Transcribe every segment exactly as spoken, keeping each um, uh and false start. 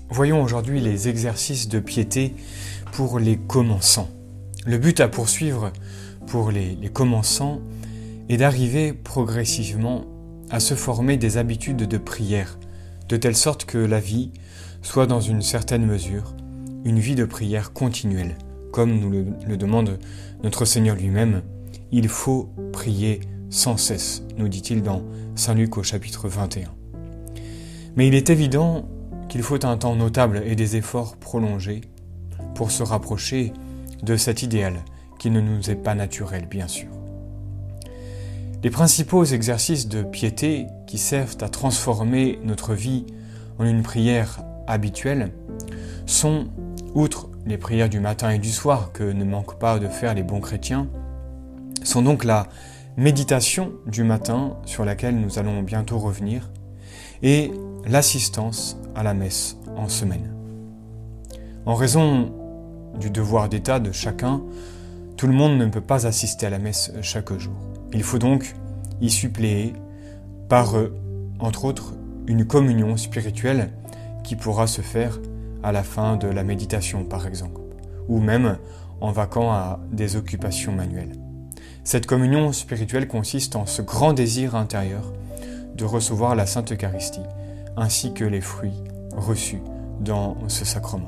voyons aujourd'hui les exercices de piété pour les commençants. Le but à poursuivre pour les, les commençants est d'arriver progressivement à se former des habitudes de prière, de telle sorte que la vie soit dans une certaine mesure une vie de prière continuelle. Comme nous le, le demande notre Seigneur lui-même, il faut prier sans cesse, nous dit-il dans Saint Luc au chapitre vingt et un. Mais il est évident qu'il faut un temps notable et des efforts prolongés pour se rapprocher de cet idéal qui ne nous est pas naturel, bien sûr. Les principaux exercices de piété qui servent à transformer notre vie en une prière habituelle sont, outre les prières du matin et du soir que ne manquent pas de faire les bons chrétiens, sont donc la méditation du matin sur laquelle nous allons bientôt revenir et l'assistance à la messe en semaine. En raison du devoir d'état de chacun, tout le monde ne peut pas assister à la messe chaque jour. Il faut donc y suppléer par, entre autres, une communion spirituelle qui pourra se faire à la fin de la méditation, par exemple, ou même en vaquant à des occupations manuelles. Cette communion spirituelle consiste en ce grand désir intérieur de recevoir la Sainte Eucharistie, ainsi que les fruits reçus dans ce sacrement.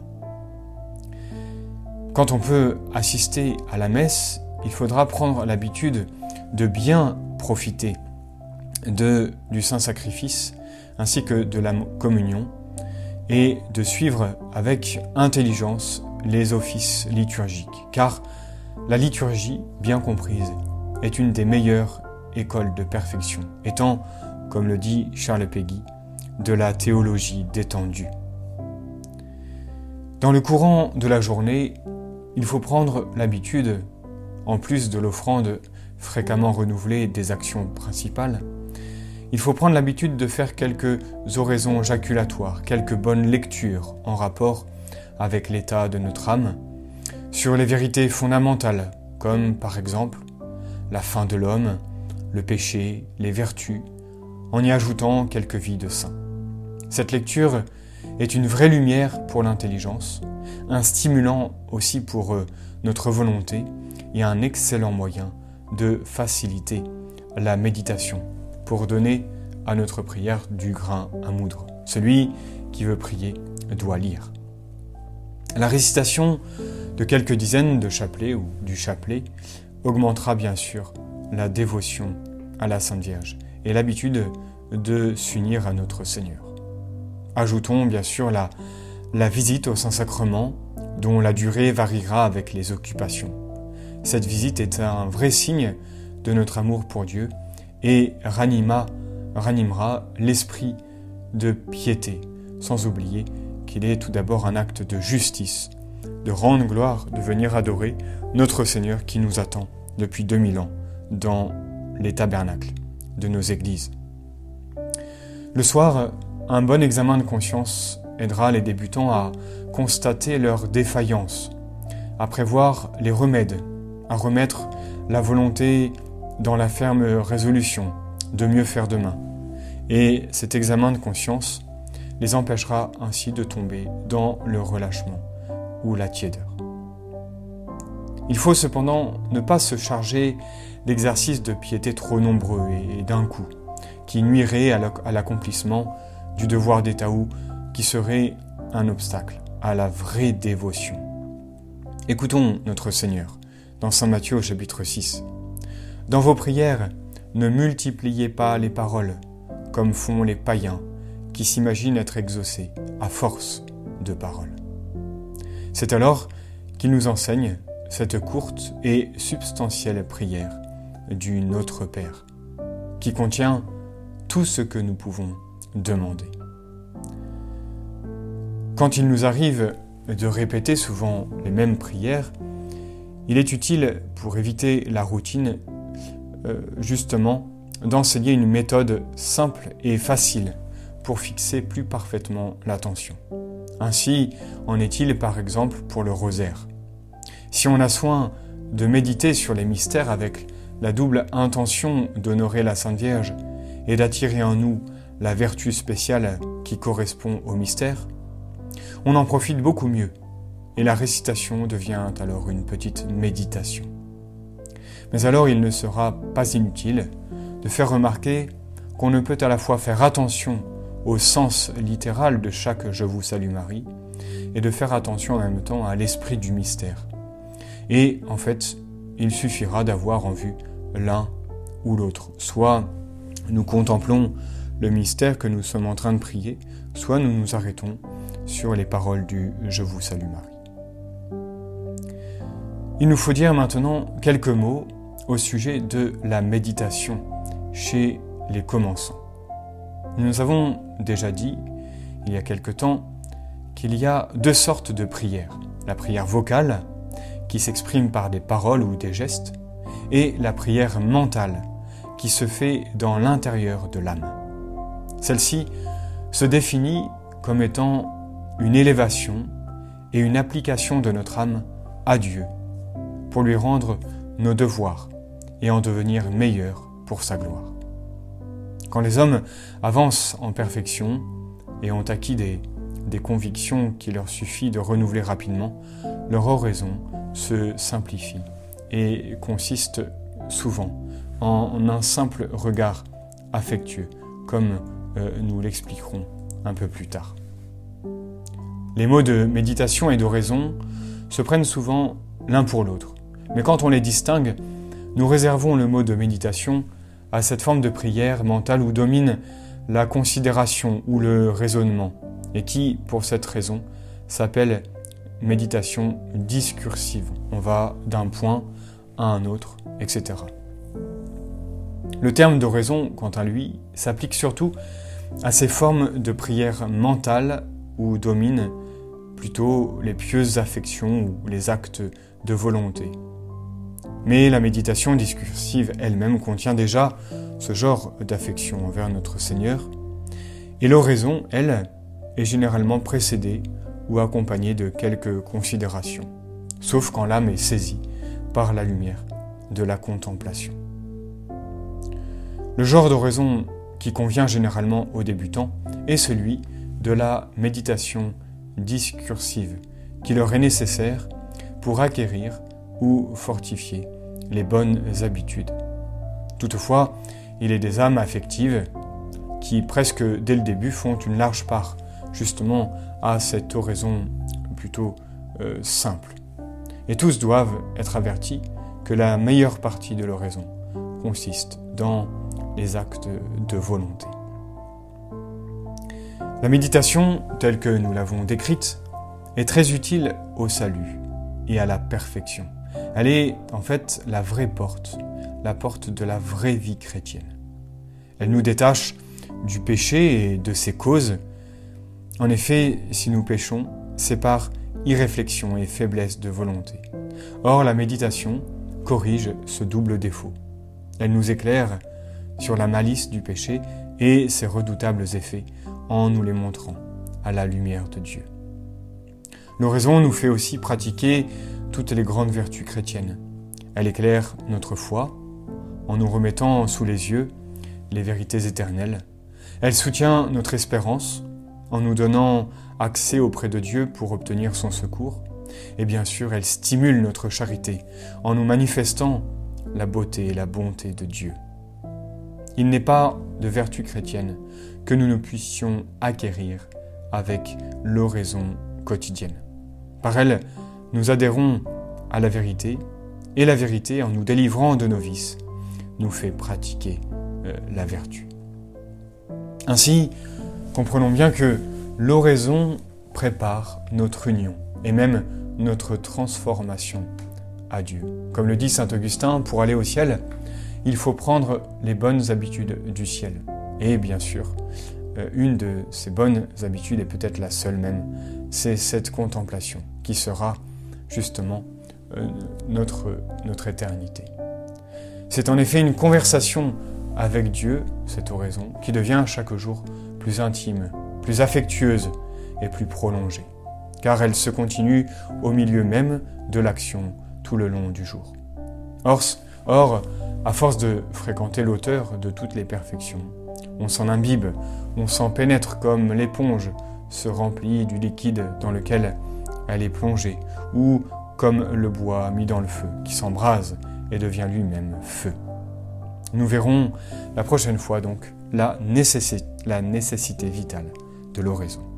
Quand on peut assister à la messe, il faudra prendre l'habitude de bien profiter de, du Saint-Sacrifice ainsi que de la communion et de suivre avec intelligence les offices liturgiques, car la liturgie, bien comprise, est une des meilleures écoles de perfection, étant, comme le dit Charles Péguy, de la théologie détendue. Dans le courant de la journée, il faut prendre l'habitude, en plus de l'offrande fréquemment renouvelée des actions principales, il faut prendre l'habitude de faire quelques oraisons jaculatoires, quelques bonnes lectures en rapport avec l'état de notre âme, sur les vérités fondamentales, comme par exemple la fin de l'homme, le péché, les vertus, en y ajoutant quelques vies de saints. Cette lecture est une vraie lumière pour l'intelligence, un stimulant aussi pour notre volonté et un excellent moyen de faciliter la méditation pour donner à notre prière du grain à moudre. Celui qui veut prier doit lire. La récitation de quelques dizaines de chapelets ou du chapelet augmentera bien sûr la dévotion à la Sainte Vierge et l'habitude de s'unir à notre Seigneur. Ajoutons bien sûr la, la visite au Saint-Sacrement dont la durée variera avec les occupations. Cette visite est un vrai signe de notre amour pour Dieu et ranima, ranimera l'esprit de piété, sans oublier qu'il est tout d'abord un acte de justice, de rendre gloire, de venir adorer notre Seigneur qui nous attend depuis deux mille ans dans les tabernacles de nos églises. Le soir, un bon examen de conscience aidera les débutants à constater leur défaillance, à prévoir les remèdes, à remettre la volonté dans la ferme résolution de mieux faire demain. Et cet examen de conscience les empêchera ainsi de tomber dans le relâchement ou la tiédeur. Il faut cependant ne pas se charger d'exercices de piété trop nombreux et d'un coup, qui nuiraient à l'accomplissement du devoir d'état ou qui serait un obstacle à la vraie dévotion. Écoutons notre Seigneur dans Saint Matthieu au chapitre six. « Dans vos prières, ne multipliez pas les paroles, comme font les païens, qui s'imaginent être exaucés à force de paroles. » C'est alors qu'il nous enseigne cette courte et substantielle prière du Notre Père, qui contient tout ce que nous pouvons demander. Quand il nous arrive de répéter souvent les mêmes prières, il est utile, pour éviter la routine, euh, justement, d'enseigner une méthode simple et facile pour fixer plus parfaitement l'attention. Ainsi en est-il par exemple pour le rosaire. Si on a soin de méditer sur les mystères avec la double intention d'honorer la Sainte Vierge et d'attirer en nous la vertu spéciale qui correspond au mystère, on en profite beaucoup mieux, et la récitation devient alors une petite méditation. Mais alors il ne sera pas inutile de faire remarquer qu'on ne peut à la fois faire attention au sens littéral de chaque « Je vous salue Marie » et de faire attention en même temps à l'esprit du mystère. Et en fait, il suffira d'avoir en vue l'un ou l'autre. Soit nous contemplons le mystère que nous sommes en train de prier, soit nous nous arrêtons sur les paroles du « Je vous salue Marie ». Il nous faut dire maintenant quelques mots au sujet de la méditation chez les commençants. Nous avons déjà dit, il y a quelque temps, qu'il y a deux sortes de prières. La prière vocale, qui s'exprime par des paroles ou des gestes, et la prière mentale, qui se fait dans l'intérieur de l'âme. Celle-ci se définit comme étant une élévation et une application de notre âme à Dieu, pour lui rendre nos devoirs et en devenir meilleurs pour sa gloire. Quand les hommes avancent en perfection et ont acquis des, des convictions qu'il leur suffit de renouveler rapidement, leur oraison se simplifie et consiste souvent en un simple regard affectueux, comme euh, nous l'expliquerons un peu plus tard. Les mots de méditation et d'oraison se prennent souvent l'un pour l'autre, mais quand on les distingue, nous réservons le mot de méditation à cette forme de prière mentale où domine la considération ou le raisonnement, et qui, pour cette raison, s'appelle méditation discursive. On va d'un point à un autre, et cetera. Le terme d'oraison, quant à lui, s'applique surtout à ces formes de prière mentale où dominent plutôt les pieuses affections ou les actes de volonté. Mais la méditation discursive elle-même contient déjà ce genre d'affection envers notre Seigneur, et l'oraison, elle, est généralement précédée ou accompagnée de quelques considérations, sauf quand l'âme est saisie par la lumière de la contemplation. Le genre d'oraison qui convient généralement aux débutants est celui de la méditation discursive, qui leur est nécessaire pour acquérir ou fortifier les bonnes habitudes. Toutefois, il est des âmes affectives qui, presque dès le début, font une large part justement à cette oraison plutôt euh, simple. Et tous doivent être avertis que la meilleure partie de l'oraison consiste dans les actes de volonté. La méditation, telle que nous l'avons décrite, est très utile au salut et à la perfection. Elle est en fait la vraie porte, la porte de la vraie vie chrétienne. Elle nous détache du péché et de ses causes. En effet, si nous péchons, c'est par irréflexion et faiblesse de volonté. Or, la méditation corrige ce double défaut. Elle nous éclaire sur la malice du péché et ses redoutables effets en nous les montrant à la lumière de Dieu. L'oraison nous fait aussi pratiquer toutes les grandes vertus chrétiennes. Elle éclaire notre foi en nous remettant sous les yeux les vérités éternelles. Elle soutient notre espérance en nous donnant accès auprès de Dieu pour obtenir son secours. Et bien sûr, elle stimule notre charité en nous manifestant la beauté et la bonté de Dieu. Il n'est pas de vertu chrétienne que nous ne puissions acquérir avec l'oraison quotidienne. Par elle, nous adhérons à la vérité, et la vérité, en nous délivrant de nos vices, nous fait pratiquer euh, la vertu. Ainsi, comprenons bien que l'oraison prépare notre union, et même notre transformation à Dieu. Comme le dit saint Augustin, pour aller au ciel, il faut prendre les bonnes habitudes du ciel. Et bien sûr, euh, une de ces bonnes habitudes, et peut-être la seule même, c'est cette contemplation, qui sera justement euh, notre, notre éternité. C'est en effet une conversation avec Dieu, cette oraison, qui devient chaque jour plus intime, plus affectueuse et plus prolongée, car elle se continue au milieu même de l'action tout le long du jour. Or, or à force de fréquenter l'auteur de toutes les perfections, on s'en imbibe, on s'en pénètre comme l'éponge se remplit du liquide dans lequel elle est plongée, ou comme le bois mis dans le feu, qui s'embrase et devient lui-même feu. Nous verrons la prochaine fois donc la nécessité, la nécessité vitale de l'oraison.